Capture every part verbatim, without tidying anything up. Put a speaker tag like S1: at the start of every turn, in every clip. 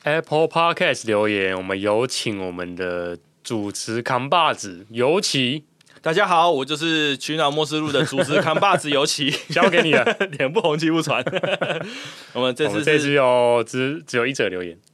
S1: Apple Podcast 留言，我们有请我们的主持扛把子尤其。
S2: 大家好，我就是取暖末世录的主持扛把子尤其，
S1: 交给你了，
S2: 脸不红气不喘。我们这次
S1: 我们这次有只只有一则留言。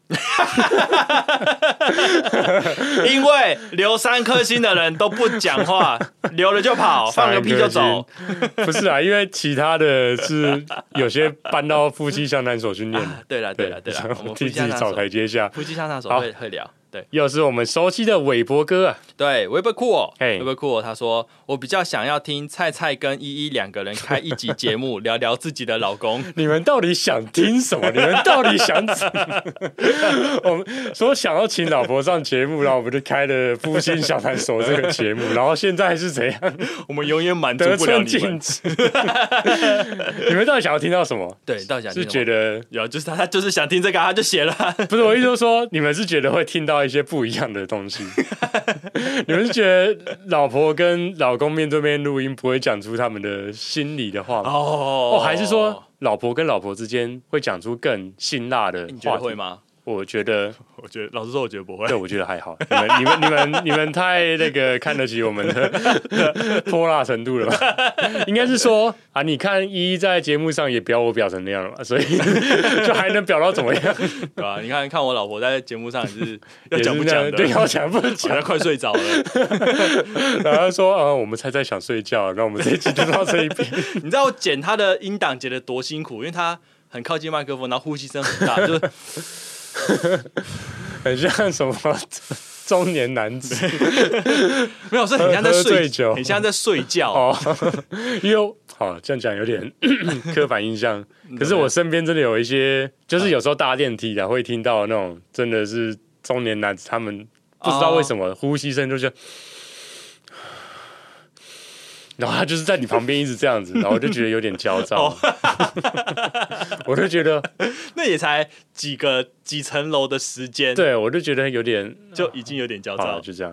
S2: 因为留三颗星的人都不讲话，留了就跑，放个屁就走。
S1: 不是啊，因为其他的是有些搬到夫妻相谈所去念、啊。
S2: 对了对了对了，我们
S1: 替自己找台阶下。
S2: 夫妻相谈所会会聊。对，
S1: 又是我们熟悉的韦伯哥啊。
S2: 对，韦伯酷哦，
S1: 韦
S2: 伯酷哦，他说我比较想要听菜菜跟依依两个人开一集节目，聊聊自己的老公。
S1: 你们到底想听什么？你们到底想怎么？我们说想要请老婆上节目，然后我们就开了夫妻小谈所这个节目，然后现在是怎样？
S2: 我们永远满足不了你们。
S1: 你们到底想要听到什么？
S2: 对，到底想听什么？
S1: 是觉得
S2: 有，就是他，他就是想听这个，他就写了。
S1: 不是我意思说，你们是觉得会听到一些不一样的东西？你们是觉得老婆跟老公面对面录音不会讲出他们的心里的话吗？
S2: 哦，
S1: 哦，还是说老婆跟老婆之间会讲出更辛辣的话题？
S2: 你觉得会吗？
S1: 我觉得，
S2: 我觉得，老实说，我觉得不会。
S1: 对，我觉得还好。你们、你们、你们、你们太那个看得起我们的泼辣程度了吧？应该是说啊，你看依依在节目上也表我表成那样了嘛，所以就还能表到怎么样？
S2: 对吧、啊？你看看我老婆在节目上也是要讲不讲的，
S1: 对，要讲不讲，
S2: 她快睡着了。
S1: 然后说啊，我们才在想睡觉，那我们这一集就到这一边。
S2: 你知道我剪她的音档剪得多辛苦，因为她很靠近麦克风，然后呼吸声很大，就是。
S1: 很像什么中年男子，
S2: 没有，是很像在睡
S1: 酒，
S2: 很像在睡觉
S1: 哦。因为好这样讲有点刻板印象，可是我身边真的有一些，就是有时候搭电梯的会听到那种真的是中年男子，他们不知道为什么、哦、呼吸声就是。然后他就是在你旁边一直这样子，然后我就觉得有点焦躁，哦、我就觉得
S2: 那也才几个几层楼的时间，
S1: 对我就觉得有点
S2: 就已经有点焦躁了，
S1: 就这样。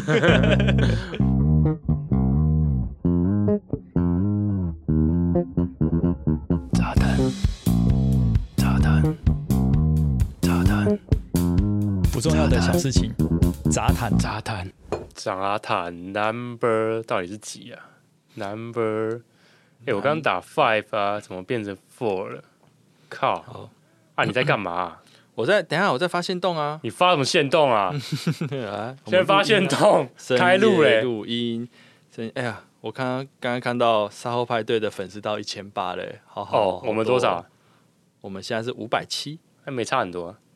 S2: 杂谈，杂谈，杂谈，
S3: 不重要的小事情，杂谈，
S1: 杂谈，杂谈 number 到底是几啊？Number， 哎、欸，我刚刚打 five 啊，怎么变成 four 了？靠！哦、啊，你在干嘛、啊？
S2: 我在等一下，我在发限动啊。
S1: 你发什么限动啊？
S2: 啊
S1: 现在发限动，开录嘞！
S2: 录音，哎呀，我刚刚刚刚看到沙后派对的粉丝到一千八嘞，好好。
S1: 哦，我们多少？
S2: 我们现在是五百七，
S1: 还没差很多、啊。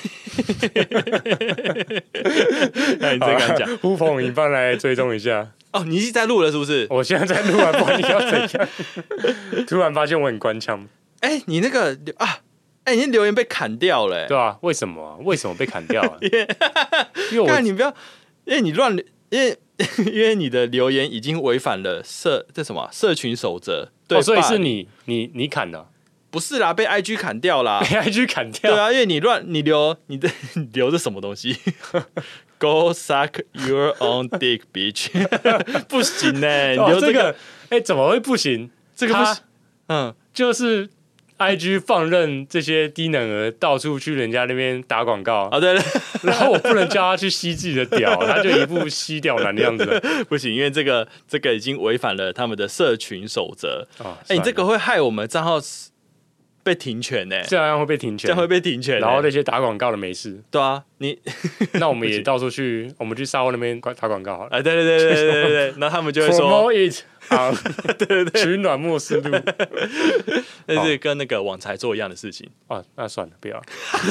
S2: 那你再敢讲？
S1: 呼朋引伴来追踪一下。
S2: 哦，你是在录了是不是？
S1: 我现在在录啊，不然你要怎样？突然发现我很官腔。
S2: 哎、欸，你那个啊，哎、欸，你留言被砍掉了、欸，
S1: 对啊，为什么、啊？为什么被砍掉啊？
S2: 因为我你不要，因为你乱，因为因为你的留言已经违反了社这什么社群守则，对、
S1: 哦，所以是你你你砍的、啊。
S2: 不是啦，被 I G 砍掉啦，
S1: 被 I G 砍掉。
S2: 对啊，因为你乱，你留你的你留着什么东西？Go suck your own dick, bitch 。不行呢、欸，你留这个，
S1: 哎、哦，怎么会不行？
S2: 这个不行，
S1: 嗯，就是 I G 放任这些低能儿到处去人家那边打广告
S2: 啊、哦，对对。
S1: 然后我不能叫他去吸自己的屌，他就一副吸屌男的样子。
S2: 不行，因为这个这个已经违反了他们的社群守则。哎、
S1: 哦，
S2: 欸，你这个会害我们账号被停权呢、欸，
S1: 这样会被停权，
S2: 这样会被停权、欸。
S1: 然后那些打广告的没事。
S2: 对啊，你
S1: 那我们也到处去，我们去沙窝那边打广告好了。
S2: 啊，对对对对对对对，然后他们就会说
S1: ，promote it， 好，
S2: 对对对，
S1: 取暖末世录，
S2: 那是跟那个网才做一样的事情。
S1: 哦，那算了，不要，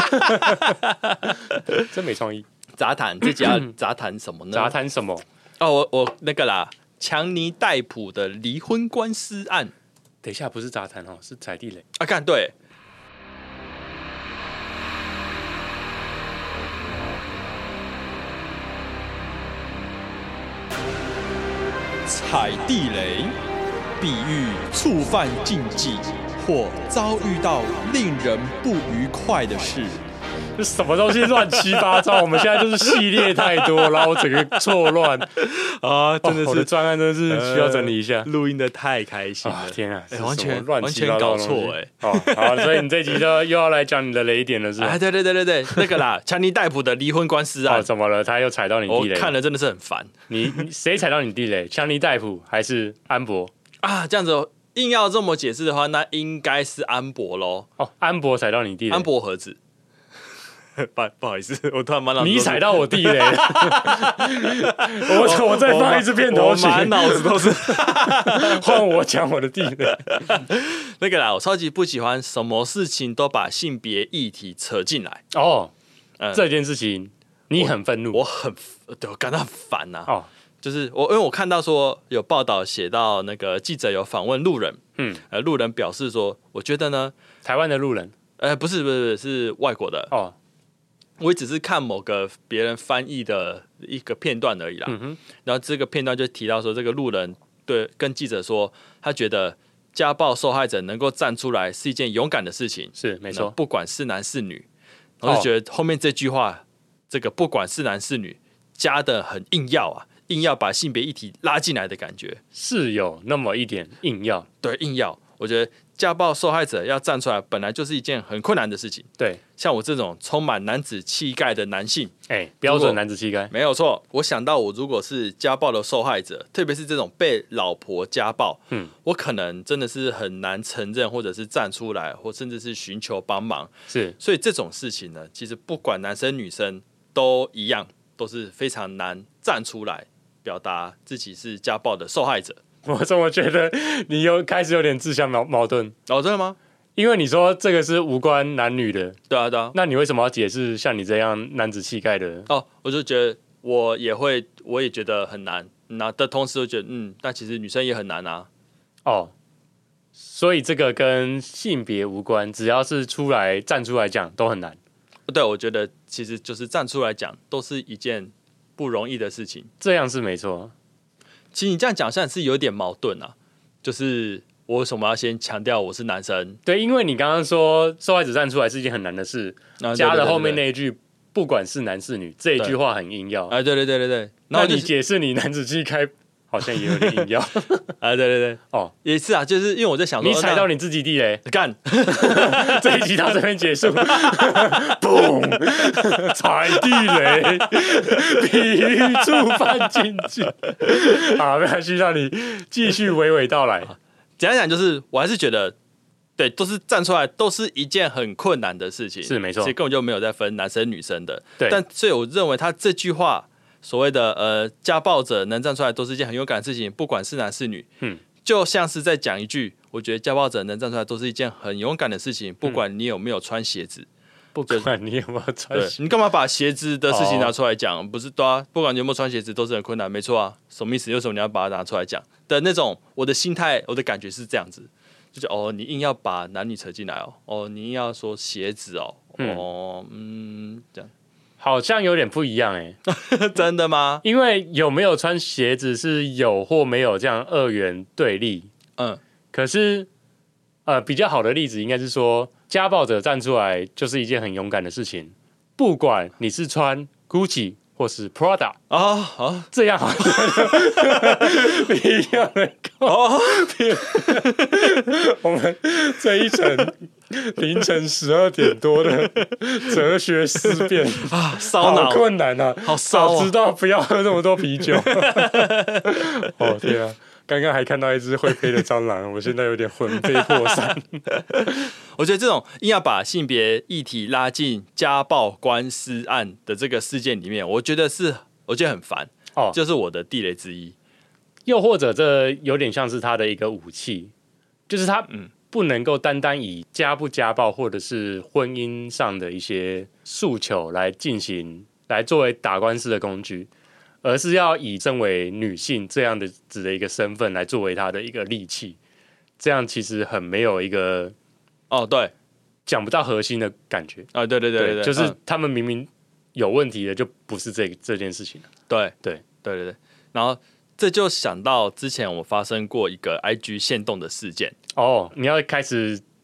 S1: 真没创意。
S2: 杂谈这集要杂谈什么呢？
S1: 杂谈什么？
S2: 哦，我我那个啦，强尼戴普的离婚官司案。
S1: 等一下，不是杂谈哦，是踩地雷
S2: 啊！看对，踩地雷，比喻触犯禁忌或遭遇到令人不愉快的事，
S1: 这什么东西乱七八糟？我们现在就是系列太多，然后我整个错乱
S2: 啊，真的是、
S1: 哦、我的专案真的是需要整理一下。
S2: 录、呃、音的太开心了，
S1: 哦、天啊，
S2: 欸、完全
S1: 乱七八糟
S2: 完全搞错哎、
S1: 欸！哦，好，所以你这集就又要来讲你的雷点了，是吧？
S2: 哎，对对对对对，那个啦，强尼戴普的离婚官司案、
S1: 哦，怎么了？他又踩到你地雷？
S2: 我看了真的是很烦。
S1: 你谁踩到你地雷？强尼戴普还是安博？
S2: 啊，这样子硬要这么解释的话，那应该是安博咯。
S1: 哦，安博踩到你地雷，
S2: 安博盒子。不不好意思，我突然满脑子
S1: 你踩到我地雷了。我我再放一次片头曲，
S2: 满脑子都是。
S1: 换我讲我的地雷。
S2: 那个啦，我超级不喜欢什么事情都把性别议题扯进来。
S1: 哦，
S2: 嗯、
S1: 这件事情你很愤怒，
S2: 我, 我很对我感到很烦呐、啊。
S1: 哦。
S2: 就是我，因为我看到说有报道写到那个记者有访问路人，嗯，呃，路人表示说，我觉得呢，
S1: 台湾的路人，
S2: 呃，不是不是是外国的哦，我也只是看某个别人翻译的一个片段而已啦。嗯哼，然后这个片段就提到说，这个路人对跟记者说，他觉得家暴受害者能够站出来是一件勇敢的事情，
S1: 是没错，
S2: 不管是男是女，我就觉得后面这句话，哦、这个不管是男是女加的很硬要啊。硬要把性别议题拉进来的感觉，
S1: 是有那么一点硬要。
S2: 对，硬要。我觉得家暴受害者要站出来，本来就是一件很困难的事情。
S1: 对，
S2: 像我这种充满男子气概的男性，
S1: 哎、欸，标准男子气概，
S2: 没有错。我想到我如果是家暴的受害者，特别是这种被老婆家暴，嗯，我可能真的是很难承认，或者是站出来，或甚至是寻求帮忙。
S1: 是，
S2: 所以这种事情呢，其实不管男生女生都一样，都是非常难站出来。表达自己是家暴的受害者，
S1: 我怎么觉得你有开始有点自相矛矛盾？
S2: 哦，真的吗？
S1: 因为你说这个是无关男女的，
S2: 对啊，对啊。
S1: 那你为什么要解释像你这样男子气概的？
S2: 哦，我就觉得我也会，我也觉得很难。那的同时，我觉得嗯，但其实女生也很难啊。
S1: 哦，所以这个跟性别无关，只要是出来站出来讲都很难。
S2: 对，我觉得其实就是站出来讲，都是一件不容易的事情，
S1: 这样是没错。
S2: 其实你这样讲，现在是有点矛盾啊。就是我为什么要先强调我是男生？
S1: 对，因为你刚刚说受害者站出来是一件很难的事，啊、加了后面那一句“不管是男是女”这一句话很硬要。
S2: 啊，对对对对对。
S1: 然后你解释你男子气概，好像也有点硬要。
S2: 啊，对对对，哦，也是啊，就是因为我在想说，
S1: 你踩到你自己地雷，
S2: 干。
S1: 这一集到这边结束，嘣，踩地雷，比喻触犯禁忌。好，没关系，让你继续娓娓道来。
S2: 简单讲，就是我还是觉得，对，都是站出来，都是一件很困难的事情，
S1: 是没错，
S2: 其实根本就没有在分男生女生的。
S1: 对，
S2: 但所以我认为他这句话。所谓的呃，家暴者能站出来都是一件很勇敢的事情，不管是男是女，嗯，就像是在讲一句，我觉得家暴者能站出来都是一件很勇敢的事情，不管你有没有穿鞋子，嗯、
S1: 不管你有没有穿鞋子，
S2: 你干嘛把鞋子的事情拿出来讲？哦、不是对啊，不管你有没有穿鞋子都是很困难，没错啊，什么意思？为什么你要把它拿出来讲的那种？我的心态，我的感觉是这样子，就是哦，你硬要把男女扯进来哦，哦，你硬要说鞋子哦，嗯哦，嗯，这样。
S1: 好像有点不一样哎、
S2: 欸，真的吗？
S1: 因为有没有穿鞋子是有或没有这样二元对立，嗯，可是呃比较好的例子应该是说，家暴者站出来就是一件很勇敢的事情，不管你是穿 Gucci 或是 Prada
S2: 啊啊，
S1: 这样好像不一样的哦。我们这一层凌晨十二点多的哲学思辨
S2: 啊，烧脑，
S1: 好困难啊，
S2: 好烧、哦！
S1: 早知道不要喝那么多啤酒。哦天啊！刚刚还看到一只会飞的蟑螂，我现在有点魂飞魄散。
S2: 我觉得这种硬要把性别议题拉进家暴官司案的这个事件里面，我觉得是我觉得很烦哦，就是我的地雷之一。
S1: 又或者这有点像是他的一个武器，就是他嗯不能够单单以家不家暴或者是婚姻上的一些诉求来进行，来作为打官司的工具。而是要以身为女性这样的子的一个身份来作为她的一个利器，这样其实很没有一个
S2: 哦，对，
S1: 讲不到核心的感觉
S2: 啊、哦，对对对 对,
S1: 对，就是他们明明有问题的，就不是这这件事情了。
S2: 对
S1: 对
S2: 对对对，然后这就想到之前我发生过一个 I G 限动的事件
S1: 哦，你要开始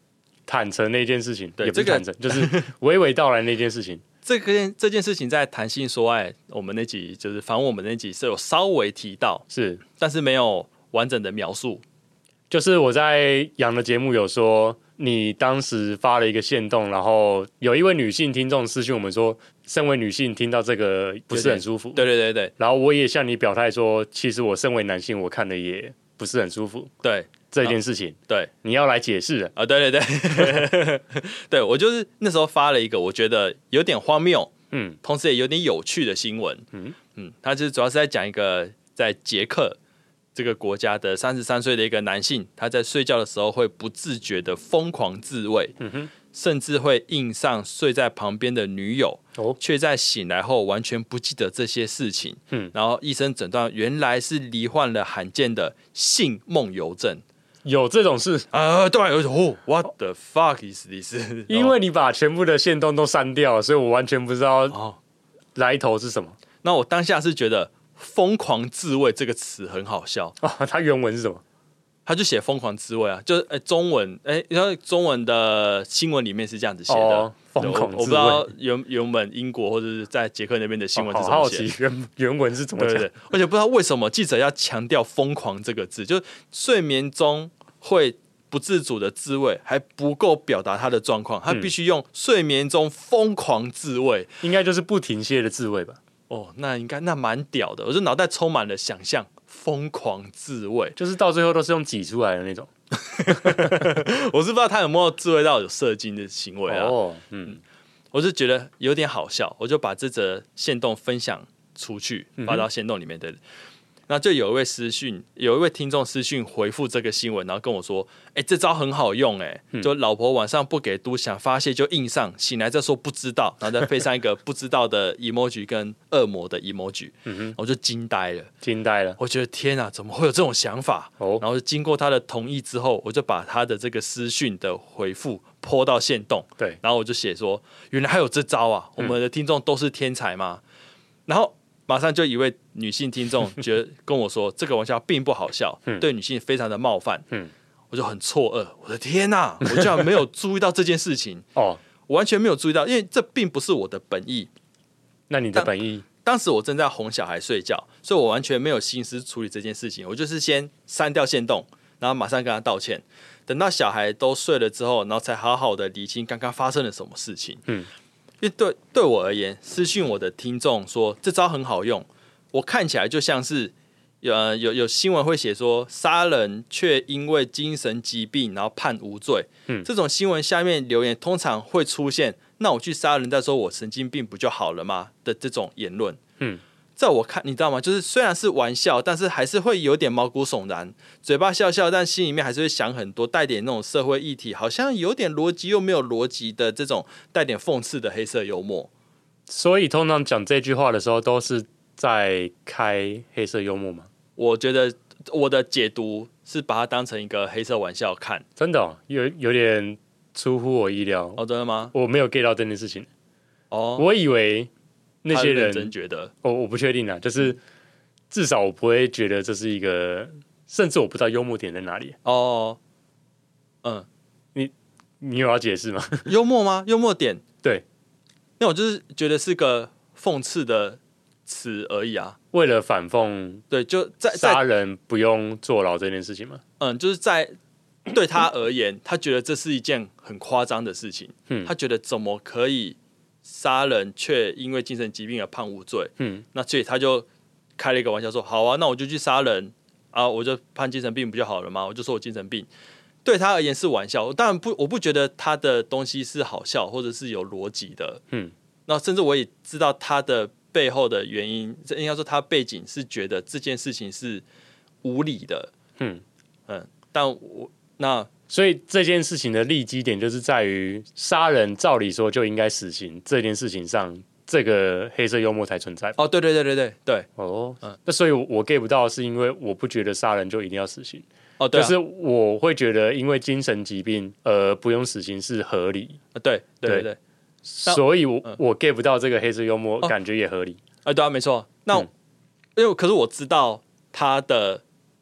S1: 坦诚那件事情，
S2: 对
S1: 也不是坦诚，这个、就是娓娓道来那件事情。
S2: 这个这件事情在谈性说爱，我们那集就是访问我们那集是有稍微提到，
S1: 是，
S2: 但是没有完整的描述。
S1: 就是我在杨的节目有说，你当时发了一个限动，然后有一位女性听众私讯我们说，身为女性听到这个不是很舒服。
S2: 对对对对。
S1: 然后我也向你表态说，其实我身为男性，我看的也不是很舒服。
S2: 对
S1: 这件事情，
S2: 啊、对，
S1: 你要来解释
S2: 啊？对对对，对我就是那时候发了一个我觉得有点荒谬，嗯，同时也有点有趣的新闻，嗯嗯，他就是主要是在讲一个在捷克这个国家的三十三岁的一个男性，他在睡觉的时候会不自觉的疯狂自慰，嗯哼，甚至会硬上睡在旁边的女友，哦，却在醒来后完全不记得这些事情，嗯，然后医生诊断原来是罹患了罕见的性梦游症。
S1: 有这种事
S2: 啊、呃？对，哦 ，What the fuck is this？
S1: 因为你把全部的线动都删掉了，所以我完全不知道来头是什么。
S2: 那我当下是觉得"疯狂自慰"这个词很好笑
S1: 啊，它原文是什么？
S2: 他就写"疯狂自慰"啊，就是哎、欸、中文哎，然后中文的新闻里面是这样子写的。疯、哦、狂自慰，我不知道原原本英国或者是在捷克那边的新闻是怎么写。
S1: 好奇原原文是怎么讲？
S2: 对对对，而且不知道为什么记者要强调"疯狂"这个字，就是睡眠中会不自主的自慰还不够表达他的状况，他必须用睡眠中疯狂自慰，
S1: 应该就是不停歇的自慰吧？
S2: 哦，那应该那蛮屌的，我就脑袋充满了想象，疯狂自慰，
S1: 就是到最后都是用挤出来的那种。
S2: 我是不知道他有没有自慰到有射精的行为啊？哦，嗯，我是觉得有点好笑，我就把这则限动分享出去，发到限动里面的。嗯，那就有一位私讯，有一位听众私讯回复这个新闻，然后跟我说：“哎、欸，这招很好用、欸，哎、嗯，就老婆晚上不给嘟，想发泄就硬上，醒来再说不知道，然后再配上一个不知道的 emoji 跟恶魔的 emoji， 嗯哼，我就惊呆了，
S1: 惊呆了，
S2: 我觉得天啊，怎么会有这种想法？哦，然后经过他的同意之后，我就把他的这个私讯的回复po到限动，
S1: 对，
S2: 然后我就写说：原来还有这招啊，我们的听众都是天才吗？嗯、然后。马上就一位女性听众觉得跟我说这个玩笑并不好笑，嗯、对女性非常的冒犯，嗯、我就很错愕，我的天哪，我居然没有注意到这件事情哦，我完全没有注意到，因为这并不是我的本意。
S1: 那你的本意？
S2: 当时我正在哄小孩睡觉，所以我完全没有心思处理这件事情，我就是先删掉限动，然后马上跟他道歉，等到小孩都睡了之后，然后才好好的理清刚刚发生了什么事情。嗯。因为 对, 对我而言，私讯我的听众说这招很好用，我看起来就像是呃有有新闻会写说杀人却因为精神疾病然后判无罪，嗯，这种新闻下面留言通常会出现那我去杀人再说我神经病不就好了吗的这种言论，嗯，在我看你知道吗？就是虽然是玩笑，但是还是会有点毛骨悚然，嘴巴笑笑，但心里面还是会想很多，带点那种社会议题，好像有点逻辑又没有逻辑的这种带点讽刺的黑色幽默。
S1: 所以通常讲这句话的时候，都是在开黑色幽默吗？
S2: 我觉得我的解读是把它当成一个黑色玩笑看。
S1: 真的、哦、有有点出乎我意料。
S2: 哦，真的吗？
S1: 我没有 get 到这件事情。哦，我以为。那些人
S2: 真觉得，
S1: 我我不确定啊，就是至少我不会觉得这是一个，甚至我不知道幽默点在哪里。哦，嗯，你你有要解释吗？
S2: 幽默吗？幽默点？
S1: 对，
S2: 那我就是觉得是个讽刺的词而已啊。
S1: 为了反讽，
S2: 对，就在
S1: 杀人不用坐牢这件事情吗？
S2: 嗯，就是在对他而言，他觉得这是一件很夸张的事情。嗯，他觉得怎么可以？杀人却因为精神疾病而判无罪，嗯，那所以他就开了一个玩笑说：“好啊，那我就去杀人啊，我就判精神病不就好了吗？我就说我精神病。”对他而言是玩笑，当然不，我不觉得他的东西是好笑或者是有逻辑的，嗯，那甚至我也知道他的背后的原因，应该说他背景是觉得这件事情是无理的，嗯嗯，但我那。
S1: 所以这件事情的立基点就是在于杀人，照理说就应该死刑这件事情上，这个黑色幽默才存在。
S2: 哦，对对对对对对。
S1: 哦，嗯，那所以我 get 不到，是因为我不觉得杀人就一定要死刑。
S2: 哦，对、啊，
S1: 就是我会觉得因为精神疾病呃不用死刑是合理。
S2: 啊，对对对 对, 对。
S1: 所以我、嗯、我 get 不到这个黑色幽默，感觉也合理。
S2: 啊，对啊，没错。那、嗯、因为可是我知道他的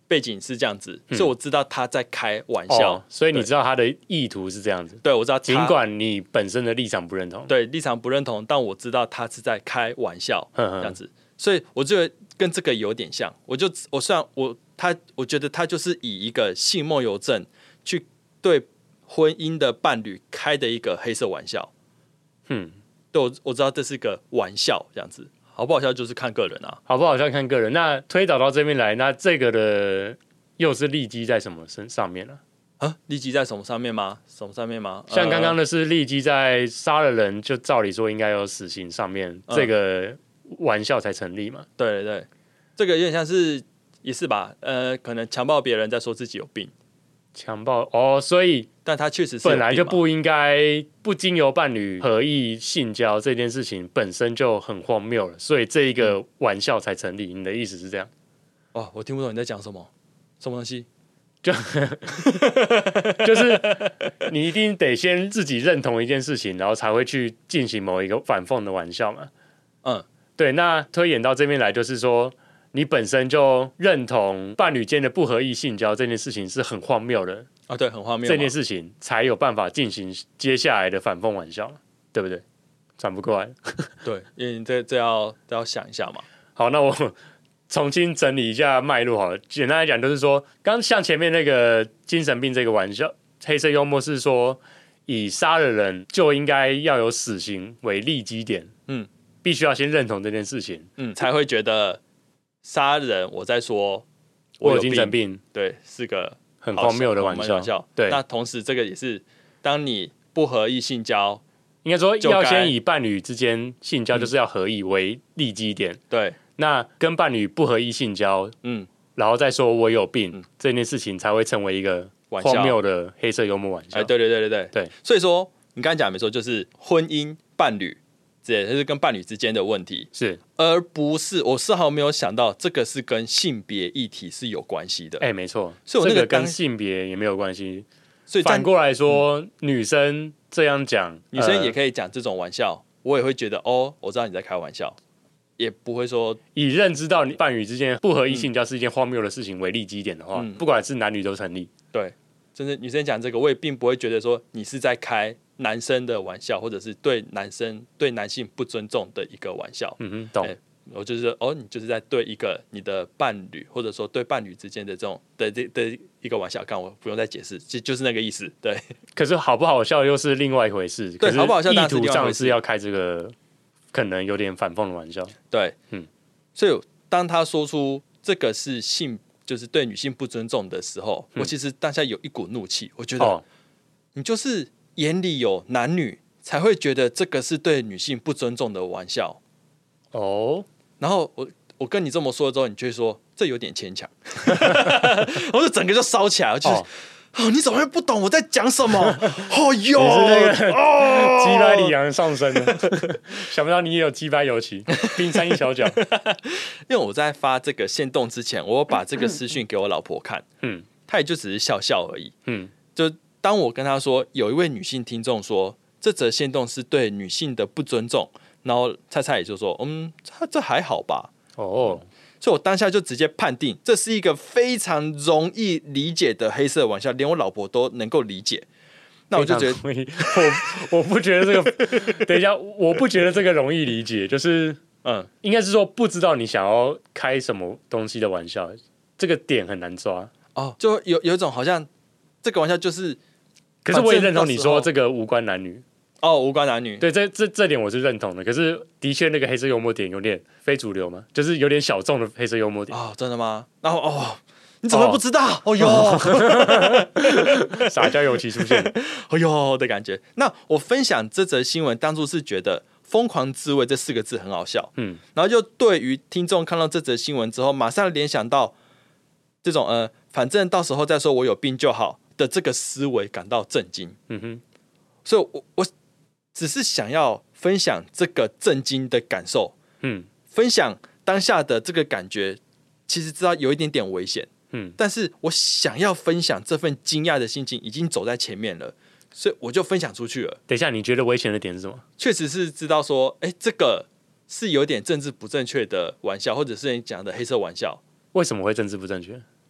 S2: 背景是这样子，
S1: 嗯
S2: 所以我知道他在开玩笑，
S1: 哦，所以你知道他的意图是这样子。
S2: 对，我知道他，
S1: 尽管你本身的立场不认同，
S2: 对立场不认同，但我知道他是在开玩笑
S1: 呵呵
S2: 这样子，所以我觉得跟这个有点像。我就我虽然我他，我觉得他就是以一个性梦游症去对婚姻的伴侣开的一个黑色玩笑。
S1: 嗯，
S2: 对，我我知道这是个玩笑，这样子好不好笑就是看个人啊，
S1: 好不好笑看个人。那推导到这边来，那这个的又是立基在什么身上面呢、
S2: 啊？啊，立基在什么上面吗？什么上面吗？
S1: 像刚刚的是立基在杀了人，就照理说应该有死刑上面，
S2: 嗯、
S1: 这个玩笑才成立嘛。
S2: 对对对，这个有点像是也是吧，呃，可能强暴别人再说自己有病。
S1: 强暴哦，所以
S2: 但他确实是
S1: 本来就不应该不经由伴侣合意性交这件事情本身就很荒谬了，所以这一个玩笑才成立。你的意思是这样？
S2: 哦，我听不懂你在讲什么，什么东西？
S1: 就就是你一定得先自己认同一件事情，然后才会去进行某一个反讽的玩笑嘛。
S2: 嗯，
S1: 对。那推演到这边来，就是说你本身就认同伴侣间的不合意性交这件事情是很荒谬的
S2: 啊，对，很荒谬。
S1: 这件事情才有办法进行接下来的反讽玩笑，对不对？转不过来。
S2: 对，因为这这要这要想一下嘛。
S1: 好，那我重新整理一下脉络好了。简单来讲，就是说，刚像前面那个精神病这个玩笑，黑色幽默是说，以杀了人就应该要有死刑为立基点，
S2: 嗯，
S1: 必须要先认同这件事情，
S2: 嗯，才会觉得杀人我在说
S1: 我有
S2: 有
S1: 精神病，
S2: 对，是个
S1: 很荒谬的玩笑。
S2: 玩笑
S1: 对，
S2: 那同时这个也是，当你不合意性交，
S1: 应该说
S2: 就该
S1: 要先以伴侣之间性交就是要合意为立基点，
S2: 对，
S1: 那跟伴侣不合意性交，
S2: 嗯，
S1: 然后再说我有病、
S2: 嗯
S1: 这件事情才会成为一个
S2: 玩笑
S1: 荒谬的黑色幽默玩笑。
S2: 哎，对对对对对
S1: 对，
S2: 所以说你刚才讲没错，就是婚姻伴侣，这就是跟伴侣之间的问题，
S1: 是，
S2: 而不是我丝毫没有想到这个是跟性别议题是有关系的。
S1: 哎、没错，
S2: 所以我那个
S1: 这个跟
S2: 当
S1: 性别也没有关系。
S2: 所以
S1: 反过来说，嗯、女生这样讲，
S2: 女生也
S1: 以、
S2: 可以讲这种玩笑，我也会觉得哦，我知道你在开玩笑，也不会说
S1: 以认知到你伴侣之间不合意性交是一件荒谬的事情为立基点的话，
S2: 嗯
S1: 不管是男女都成立。
S2: 对，甚至女生讲这个，我也并不会觉得说你是在开男生的玩笑，或者是对男生对男性不尊重的一个玩笑。
S1: 嗯哼，懂。
S2: 哎我就是说哦，你就是在对一个你的伴侣，或者说对伴侣之间的这种的的的一个玩笑，看我不用再解释，就就是那个意思。对，
S1: 可是好不好笑又是另外一回事。
S2: 对，好不好笑
S1: 意
S2: 当然是
S1: 图
S2: 另外一回事
S1: 上是要开这个可能有点反讽的玩笑。
S2: 对，
S1: 嗯，
S2: 所以当他说出这个是性，就是对女性不尊重的时候，
S1: 嗯
S2: 我其实当下有一股怒气，我觉得、
S1: 哦，
S2: 你就是眼里有男女，才会觉得这个是对女性不尊重的玩笑。
S1: 哦，
S2: 然后我我跟你这么说之后，你就会说这有点牵强，我就整个就烧起来了，就是。
S1: 哦
S2: 哦，你怎么会不懂我在讲什么？哦哟，
S1: 你是那个
S2: 哦，
S1: 鸡掰里昂上身了，想不到你也有鸡掰油漆，冰山一小角。
S2: 因为我在发这个限动之前，我有把这个私讯给我老婆看，
S1: 嗯
S2: 她也就只是笑笑而已。
S1: 嗯，
S2: 就当我跟她说，有一位女性听众说这则限动是对女性的不尊重，然后蔡蔡也就说，嗯，这这还好吧。
S1: 哦，
S2: 所以我当下就直接判定这是一个非常容易理解的黑色玩笑，连我老婆都能够理解。那我就觉得，
S1: 我我不觉得这个，等一下，我不觉得这个容易理解，就是
S2: 嗯，
S1: 应该是说不知道你想要开什么东西的玩笑，这个点很难抓。
S2: 哦，就有有一种好像这个玩笑就是，
S1: 可是我也认同你说
S2: 个
S1: 这个无关男女。
S2: 哦，无关男女，
S1: 对，这这这点我是认同的。可是的确，那个黑色幽默点有点非主流嘛，就是有点小众的黑色幽默点。
S2: 哦，真的吗？然后哦，你怎么不知道？哦哟，
S1: 撒娇尤其出现，
S2: 哦哟的感觉。那我分享这则新闻，当初是觉得“疯狂自慰”这四个字很好笑，
S1: 嗯，
S2: 然后就对于听众看到这则新闻之后，马上联想到这种呃，反正到时候再说我有病就好的这个思维感到震惊。
S1: 嗯哼，
S2: 所以我我只是想要分享这个震惊的感受，
S1: 嗯
S2: 分享当下的这个感觉，其实知道有一点点危险，
S1: 嗯，
S2: 但是我想要分享这份惊讶的心情已经走在前面了，所以我就分享出去了。
S1: 等一下，你觉得危险的点是什么？
S2: 确实是知道说，哎，这个是有点政治不正确的玩笑，或者是你讲的黑色玩笑。
S1: 为什么会政治不正确？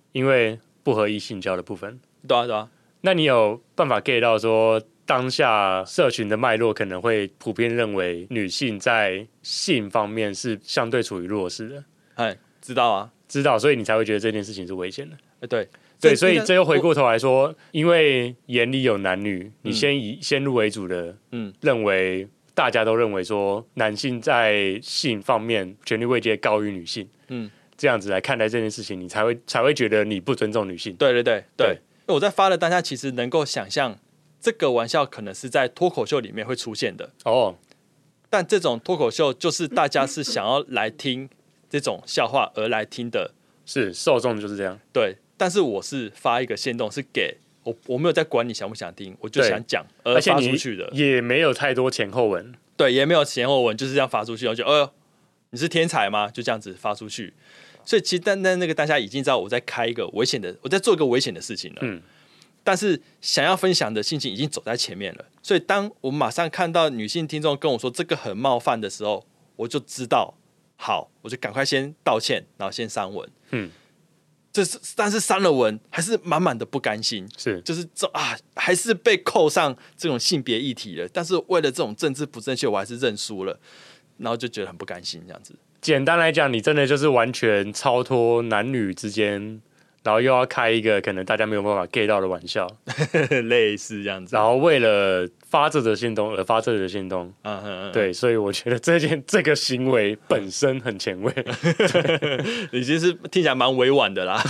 S1: 因为不合意性交的部分。
S2: 对啊对啊。
S1: 那你有办法 get 到说当下社群的脉络可能会普遍认为女性在性方面是相对处于弱势的？
S2: 哎，知道啊，
S1: 知道，所以你才会觉得这件事情是危险的。
S2: 哎，对
S1: 对，所以这又回过头来说，因为眼里有男女，你先以先入为主的，嗯，认为大家都认为说男性在性方面权力位阶高于女性，嗯，这样子来看待这件事情，你才会才会觉得你不尊重女性。
S2: 对对对对，因为我在发的当下，其实能够想象这个玩笑可能是在脱口秀里面会出现的哦，但这种脱口秀就是大家是想要来听这种笑话而来听的，
S1: 是受众就是这样。
S2: 对，但是我是发一个限动，是给我我没有在管你想不想听，我就想讲而发出去的，
S1: 也没有太多前后文。
S2: 对，也没有前后文，就是这样发出去，我就呃，你是天才吗？就这样子发出去。所以其实但但那个大家已经知道我在开一个危险的，我在做一个危险的事情了。嗯。但是想要分享的心情已经走在前面了，所以当我马上看到女性听众跟我说这个很冒犯的时候，我就知道，好，我就赶快先道歉，然后先删文。嗯。这是，但是删了文还是满满的不甘心，
S1: 是，
S2: 就是这啊，还是被扣上这种性别议题了。但是为了这种政治不正确，我还是认输了，然后就觉得很不甘心这样子。
S1: 简单来讲，你真的就是完全超脱男女之间，然后又要开一个可能大家没有办法 get 到的玩笑，
S2: 类似这样子。
S1: 然后为了发这则限动而发这则限动，嗯嗯嗯，对，所以我觉得这件这个行为本身很前卫，
S2: 已经是听起来蛮委婉的啦。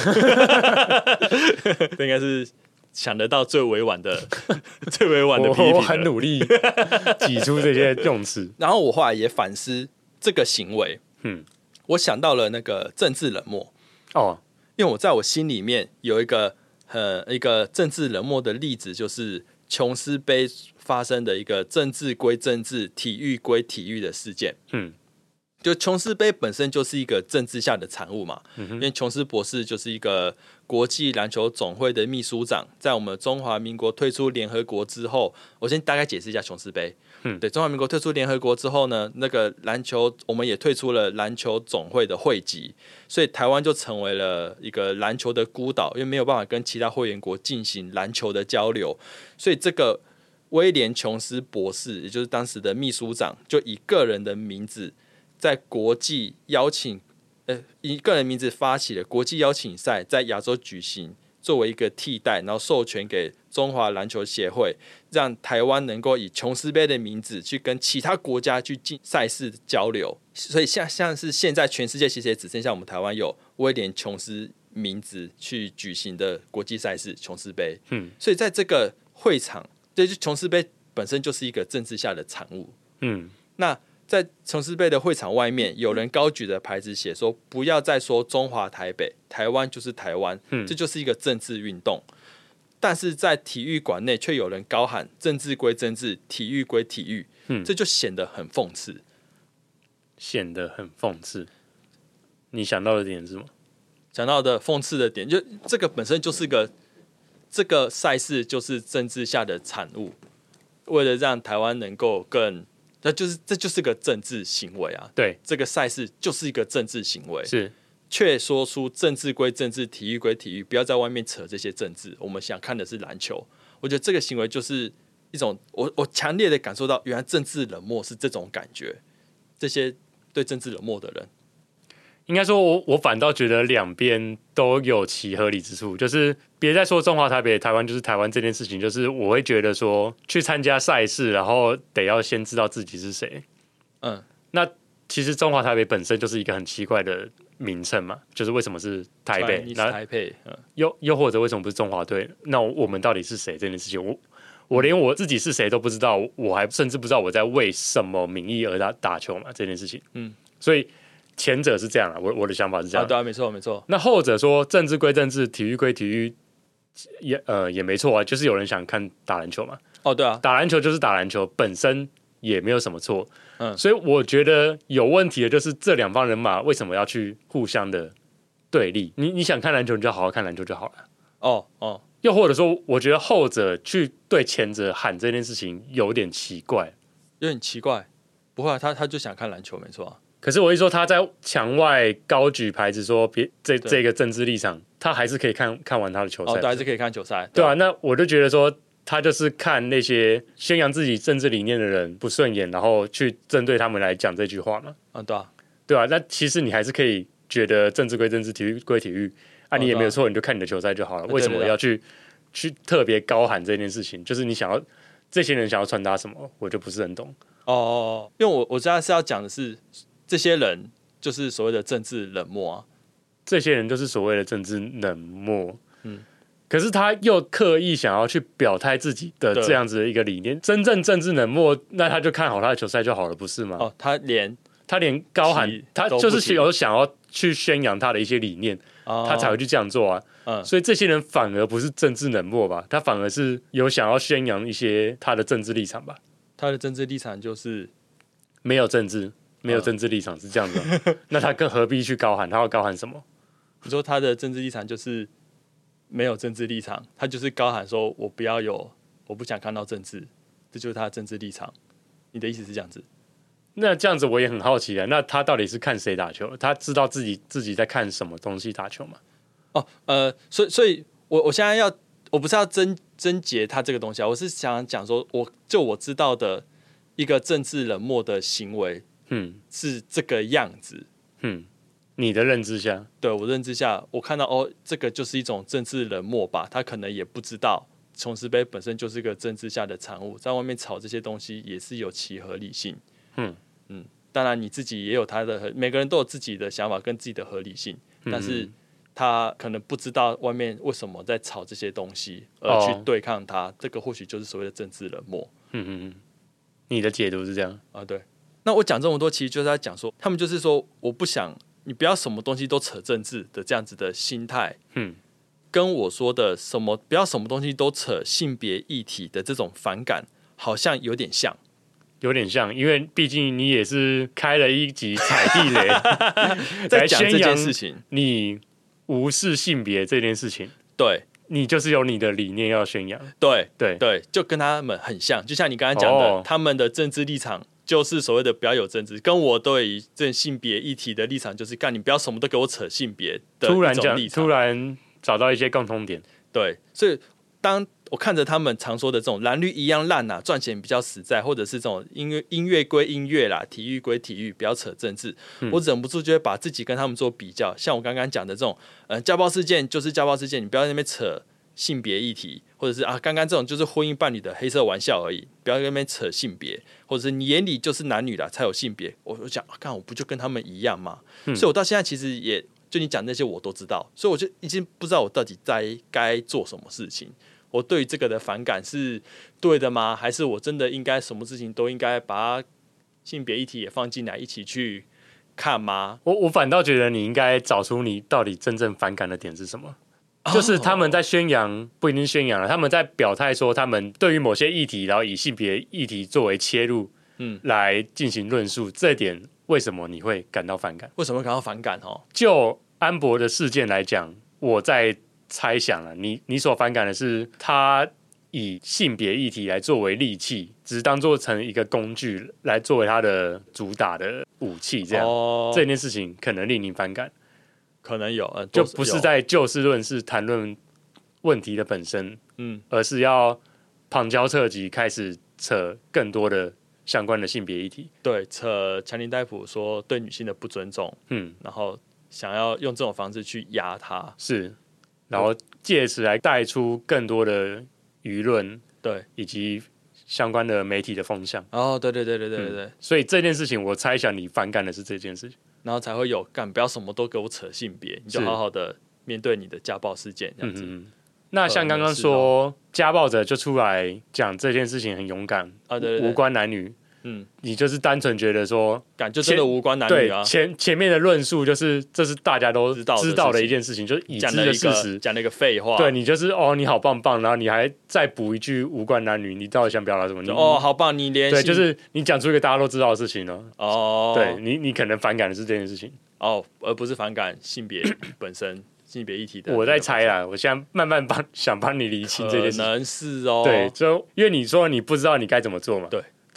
S2: 这应该是想得到最委婉的、最委婉的批评。
S1: 我很努力挤出这些用词。
S2: 然后我后来也反思这个行为，嗯，我想到了那个政治冷漠哦。因为我在我心里面有一个呃一个政治冷漠的例子，就是琼斯杯发生的一个政治归政治、体育归体育的事件。嗯，就琼斯杯本身就是一个政治下的产物嘛。嗯、因为琼斯博士就是一个国际篮球总会的秘书长，在我们中华民国退出联合国之后，我先大概解释一下琼斯杯。嗯，对，中华民国退出联合国之后呢，那个篮球我们也退出了篮球总会的会籍，所以台湾就成为了一个篮球的孤岛，因为没有办法跟其他会员国进行篮球的交流，所以这个威廉·琼斯博士，也就是当时的秘书长，就以个人的名字在国际邀请，呃，以个人名字发起了国际邀请赛，在亚洲举行，作为一个替代，然后授权给中华篮球协会，让台湾能够以琼斯杯的名字去跟其他国家去进赛事交流。所以像像是现在全世界其实也只剩下我们台湾有威廉琼斯名字去举行的国际赛事琼斯杯。嗯，所以在这个会场，对，就琼斯杯本身就是一个政治下的产物。嗯，那在琼斯杯的会场外面，有人高举的牌子写说：“不要再说中华台北，台湾就是台湾。”嗯，这就是一个政治运动。但是在体育馆内，却有人高喊“政治归政治，体育归体育”，嗯，这就显得很讽刺，
S1: 显得很讽刺。你想到的点是什么？
S2: 想到的讽刺的点，就这个本身就是个这个赛事就是政治下的产物，为了让台湾能够更。那就是这就是个政治行为啊！
S1: 对，
S2: 这个赛事就是一个政治行为，
S1: 是
S2: 却说出政治归政治，体育归体育，不要在外面扯这些政治。我们想看的是篮球，我觉得这个行为就是一种我我强烈的感受到，原来政治冷漠是这种感觉。这些对政治冷漠的人，
S1: 应该说我我反倒觉得两边都有其合理之处，就是别再说中华台北台湾就是台湾这件事情，就是我会觉得说去参加赛事，然后得要先知道自己是谁。嗯，那其实中华台北本身就是一个很奇怪的名称嘛，就是为什么是台北？
S2: 那台北，嗯，
S1: 又又或者为什么不是中华队？那我们到底是谁？这件事情，我我连我自己是谁都不知道，我还甚至不知道我在为什么名义而打打球嘛？这件事情，嗯，所以。前者是这样啊，我我的想法是这样、
S2: 啊，对啊，没错没错。
S1: 那后者说政治归政治，体育归体育，也呃也没错啊，就是有人想看打篮球嘛。
S2: 哦，对啊，
S1: 打篮球就是打篮球，本身也没有什么错。嗯，所以我觉得有问题的就是这两方人马为什么要去互相的对立？你你想看篮球，你就好好看篮球就好了。哦哦，又或者说，我觉得后者去对前者喊这件事情有点奇怪，
S2: 有点奇怪。不会、啊，他他就想看篮球，没错啊。
S1: 可是我一说他在墙外高举牌子说别这这个政治立场，他还是可以看看完他的球赛，
S2: 哦，对，还是可以看球赛，
S1: 对啊，那我就觉得说。他就是看那些宣扬自己政治理念的人不顺眼，然后去针对他们来讲这句话嘛。
S2: 啊，对啊，
S1: 对啊，那其实你还是可以觉得政治归政治，体育归体育啊，你也没有错，你就看你的球赛就好了。为什么要去去特别高喊这件事情？就是你想要这些人想要传达什么，我就不是很懂。
S2: 哦哦，因为我我知道是要讲的是这些人就是所谓的政治冷漠啊，
S1: 这些人就是所谓的政治冷漠。嗯。可是他又刻意想要去表态自己的这样子的一个理念，真正政治冷漠，那他就看好他的球赛就好了，不是吗？
S2: 哦，他连
S1: 他连高喊，他就是有想要去宣扬他的一些理念，哦、他才会去这样做啊。嗯、所以这些人反而不是政治冷漠吧？他反而是有想要宣扬一些他的政治立场吧？
S2: 他的政治立场就是
S1: 没有政治，没有政治立场、嗯、是这样子、啊。那他更何必去高喊？他要高喊什么？
S2: 你说他的政治立场就是？没有政治立场，他就是高喊说：“我不要有，我不想看到政治。”这就是他的政治立场。你的意思是这样子？
S1: 那这样子我也很好奇啊。那他到底是看谁打球？他知道自己自己在看什么东西打球吗？
S2: 哦，呃，所以，所以我我现在要，我不是要甄甄结他这个东西啊，我是想讲说，我就我知道的一个政治冷漠的行为，嗯，是这个样子，嗯。
S1: 你的认知下，
S2: 对我认知下，我看到哦，这个就是一种政治冷漠吧。他可能也不知道，琼斯杯本身就是个政治下的产物，在外面炒这些东西也是有其合理性。嗯嗯，当然你自己也有他的，每个人都有自己的想法跟自己的合理性，嗯、但是他可能不知道外面为什么在炒这些东西，而去对抗他。哦、这个或许就是所谓的政治冷漠。
S1: 嗯嗯嗯，你的解读是这样
S2: 啊？对。那我讲这么多，其实就是在讲说，他们就是说，我不想。你不要什么东西都扯政治的这样子的心态，嗯，跟我说的什么不要什么东西都扯性别议题的这种反感，好像有点像，
S1: 有点像，因为毕竟你也是开了一集踩地雷，
S2: 在讲这件事情，
S1: 你无视性别这件事情，
S2: 对，
S1: 你就是有你的理念要宣扬，
S2: 对
S1: 对
S2: 对，就跟他们很像，就像你刚才讲的，哦、他们的政治立场。就是所谓的不要有政治，跟我对于这性别议题的立场，就是干你不要什么都给我扯性别的一种立场。突然讲，
S1: 突然找到一些共通点。
S2: 对，所以当我看着他们常说的这种蓝绿一样烂啊，赚钱比较实在，或者是这种音乐音乐归音乐啦，体育归体育，不要扯政治，嗯、我忍不住就会把自己跟他们做比较。像我刚刚讲的这种，呃，家暴事件就是家暴事件，你不要在那边扯。性别议题，或者是啊，刚刚这种就是婚姻伴侣的黑色玩笑而已，不要在那边扯性别，或者是你眼里就是男女啦才有性别。我我讲，看、啊、我不就跟他们一样吗？嗯、所以我到现在其实也就你讲那些我都知道，所以我就已经不知道我到底在该做什么事情。我对于这个的反感是对的吗？还是我真的应该什么事情都应该把性别议题也放进来一起去看吗？
S1: 我我反倒觉得你应该找出你到底真正反感的点是什么。就是他们在宣扬，不一定宣扬了，他们在表态说他们对于某些议题，然后以性别议题作为切入，嗯，来进行论述。这点为什么你会感到反感？
S2: 为什么感到反感？哦，
S1: 就安博的事件来讲，我在猜想了，你你所反感的是他以性别议题来作为利器，只是当做成一个工具来作为他的主打的武器，这样、哦、这件事情可能令你反感。
S2: 可能有，呃、
S1: 就不是在就事论事谈论问题的本身，嗯，而是要旁敲侧击开始扯更多的相关的性别议题，
S2: 对，扯强尼戴普说对女性的不尊重，嗯，然后想要用这种方式去压她，
S1: 是，然后借此来带出更多的舆论，
S2: 对，
S1: 以及相关的媒体的风向。
S2: 哦，对对对对对对对、嗯，
S1: 所以这件事情，我猜想你反感的是这件事情。
S2: 然后才会有干，不要什么都给我扯性别，你就好好的面对你的家暴事件这样子。嗯嗯
S1: 那像刚刚说，家暴者就出来讲这件事情很勇敢啊，对对对，无关男女。嗯，你就是单纯觉得说，
S2: 感就真的无关男女啊。
S1: 对，前前面的论述就是这是大家都知道的一件事情，就是已知的事实，
S2: 讲了一个废话。
S1: 对你就是哦，你好棒棒，然后你还再补一句无关男女，你到底想表达什么？
S2: 哦，好棒，你连
S1: 对，就是你讲出一个大家都知道的事情了。哦，对你，你可能反感的是这件事情
S2: 哦，而不是反感性别本身。性别议题的，
S1: 我在猜啦，我现在慢慢帮想帮你厘清这件事情，
S2: 可能是哦，
S1: 对，就因为你说你不知道你该怎么做嘛，
S2: 对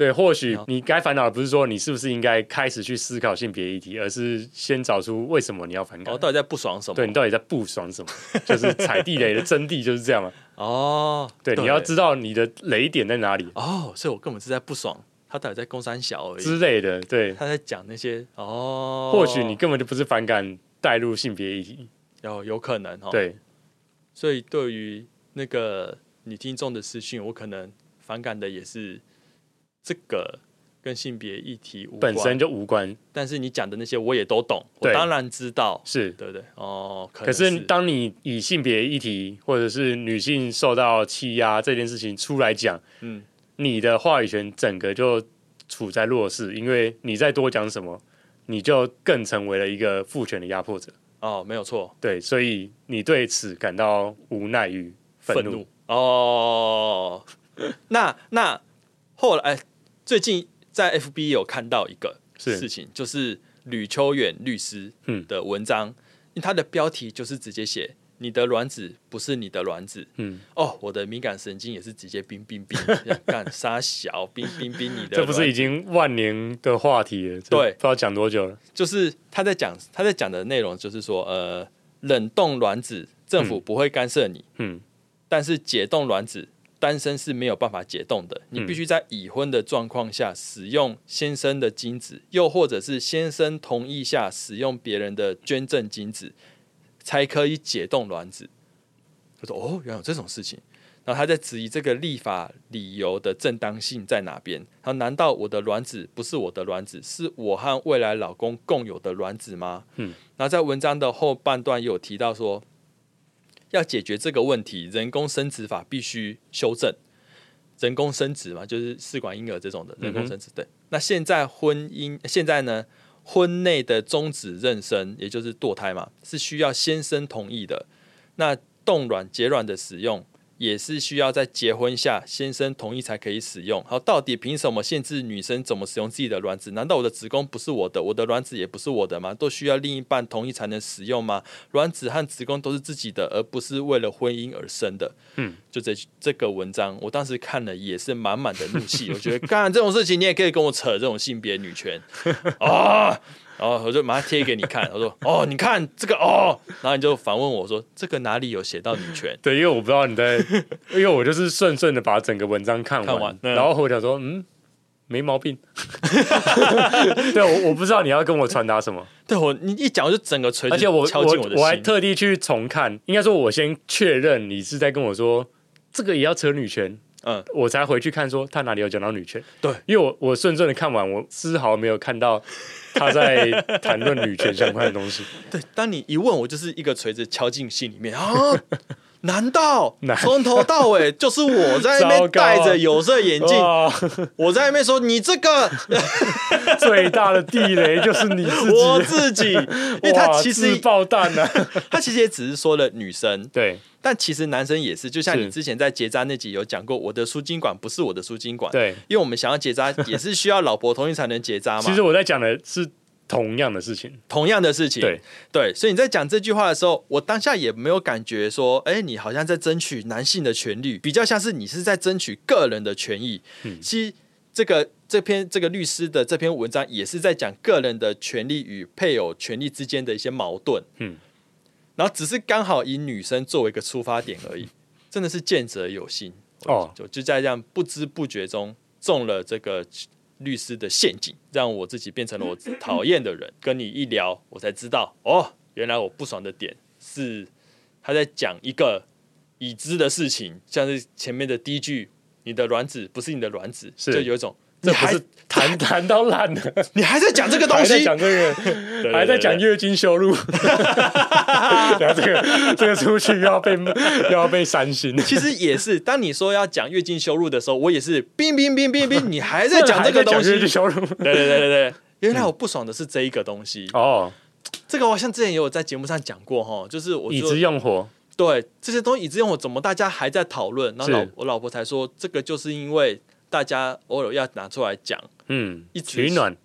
S1: 对，或许你该烦恼的不是说你是不是应该开始去思考性别议题，而是先找出为什么你要反感。
S2: 哦，到底在不爽什么？
S1: 对，你到底在不爽什么？就是踩地雷的真谛就是这样嘛。
S2: 哦，
S1: 对，你要知道你的雷点在哪里。
S2: 哦，所以我根本是在不爽，他到底在攻三小而已
S1: 之类的。对，
S2: 他在讲那些哦，
S1: 或许你根本就不是反感带入性别议题，
S2: 有有可能哦。
S1: 对，
S2: 所以对于那个女听众的私讯，我可能反感的也是这个跟性别议题无关，
S1: 本身就无关。
S2: 但是你讲的那些我也都懂，我当然知道，
S1: 是
S2: 对不对？哦，可,
S1: 可是当你以性别议题或者是女性受到欺压这件事情出来讲，嗯，你的话语权整个就处在弱势，因为你再多讲什么，你就更成为了一个父权的压迫者。
S2: 哦，没有错，
S1: 对，所以你对此感到无奈与愤怒。
S2: 愤怒哦，那那后来最近在 F B 有看到一个事情，就是吕秋远律师的文章，嗯、因为他的标题就是直接写“你的卵子不是你的卵子”。嗯，哦，我的敏感神经也是直接冰冰冰，干杀小冰冰冰你的。
S1: 这不是已经万年的话题了？
S2: 对，
S1: 不知道讲多久了。
S2: 就是他在讲他在讲的内容，就是说，呃，冷冻卵子政府不会干涉你，嗯，但是解冻卵子。单身是没有办法解冻的，你必须在已婚的状况下使用先生的精子，又或者是先生同意下使用别人的捐赠精子，才可以解冻卵子。他说：“哦，原来有这种事情。”然后他在质疑这个立法理由的正当性在哪边？他说：“难道我的卵子不是我的卵子，是我和未来老公共有的卵子吗？”嗯，然后在文章的后半段有提到说，要解决这个问题，人工生殖法必须修正。人工生殖嘛，就是试管婴儿这种的人工生殖。嗯、对，那现在婚姻现在呢，婚内的终止妊娠，也就是堕胎嘛，是需要先生同意的。那冻卵、结卵的使用，也是需要在结婚下先生同意才可以使用。好，到底凭什么限制女生怎么使用自己的卵子？难道我的子宫不是我的，我的卵子也不是我的吗？都需要另一半同意才能使用吗？卵子和子宫都是自己的，而不是为了婚姻而生的。嗯，就这这个文章，我当时看了也是满满的怒气。我觉得，干这种事情你也可以跟我扯这种性别女权啊！然后我就马上贴给你看，我说：“哦，你看这个哦。”然后你就反问我说：“这个哪里有写到女权？”
S1: 对，因为我不知道你在，因为我就是顺顺的把整个文章看完，
S2: 看完嗯、
S1: 然后我想说：“嗯，没毛病。”对，我我不知道你要跟我传达什么。
S2: 对我，你一讲我就整个锤子
S1: 而且我
S2: 敲进我的心。
S1: 我还特地去重看，应该说，我先确认你是在跟我说这个也要扯女权。嗯，我才回去看说他哪里有讲到女权。
S2: 对，
S1: 因为我我顺顺的看完，我丝毫没有看到他在谈论女权相关的东西。
S2: 对，当你一问我，就是一个锤子敲进心里面啊！难道从头到尾就是我在那边戴着有色眼镜，我在那边说你这个
S1: 最大的地雷就是你自己，
S2: 我自己，因为他其实
S1: 自爆弹啊，
S2: 他其实也只是说了女生，
S1: 对。
S2: 但其实男生也是，就像你之前在结扎那集有讲过，我的输精管不是我的输精管，
S1: 对，
S2: 因为我们想要结扎也是需要老婆同意才能结扎嘛。
S1: 其实我在讲的是同样的事情，
S2: 同样的事情，
S1: 对
S2: 对，所以你在讲这句话的时候，我当下也没有感觉说，哎，你好像在争取男性的权利，比较像是你是在争取个人的权益。嗯，其实这个这篇这个律师的这篇文章也是在讲个人的权利与配偶权利之间的一些矛盾。嗯。然后只是刚好以女生作为一个出发点而已，真的是见者有心哦，就就在这样不知不觉中中了这个律师的陷阱，让我自己变成了我讨厌的人。跟你一聊，我才知道哦，原来我不爽的点是他在讲一个已知的事情，像是前面的第一句，你的卵子不是你的卵子，就有一种。
S1: 这不是谈谈到烂了，
S2: 你还在讲这个东西，
S1: 还在讲这个，还在讲月经羞辱，然后这个这个出去又要被又要被删新。
S2: 其实也是，当你说要讲月经羞辱的时候，我也是冰冰冰冰冰，你还在讲这个东西，
S1: 月经羞辱。
S2: 对对对对对，原来我不爽的是这一个东西哦。这个我像之前也有在节目上讲过哈，就是我
S1: 已知用火。
S2: 对这些东西已知用火，怎么大家还在讨论？然后老我老婆才说，这个就是因为。大家偶尔要拿出来讲，
S1: 嗯，取暖，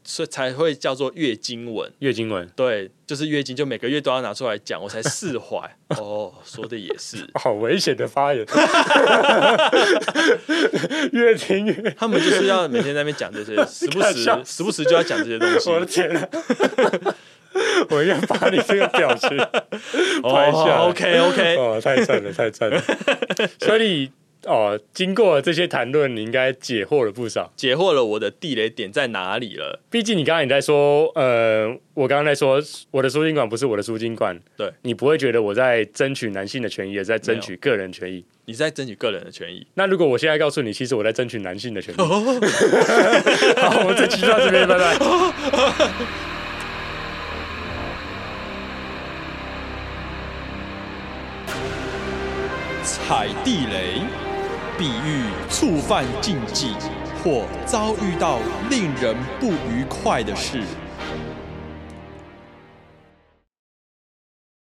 S2: 所以才会叫做月经文。
S1: 月经文，
S2: 对，就是月经，就每个月都要拿出来讲，我才释怀。哦，说的也是，
S1: 好危险的发言。越听越，
S2: 他们就是要每天在那边讲这些，时不时时不时就要讲这些东西。
S1: 我的天啊！我要把你这个表情拍下来。
S2: 哦、OK OK，
S1: 哦，太赞了，太赞了。所以哦，经过这些谈论，你应该解惑了不少，
S2: 解惑了我的地雷点在哪里了。
S1: 毕竟你刚刚你在说，呃，我刚刚在说我的输精管不是我的输精管，对，你不会觉得我在争取男性的权益，也在争取个人权益。
S2: 你在争取个人的权益。
S1: 那如果我现在告诉你，其实我在争取男性的权益。好，我们这期就到这边，拜拜。
S3: 踩地雷，比喻触犯禁忌或遭遇到令人不愉快的事。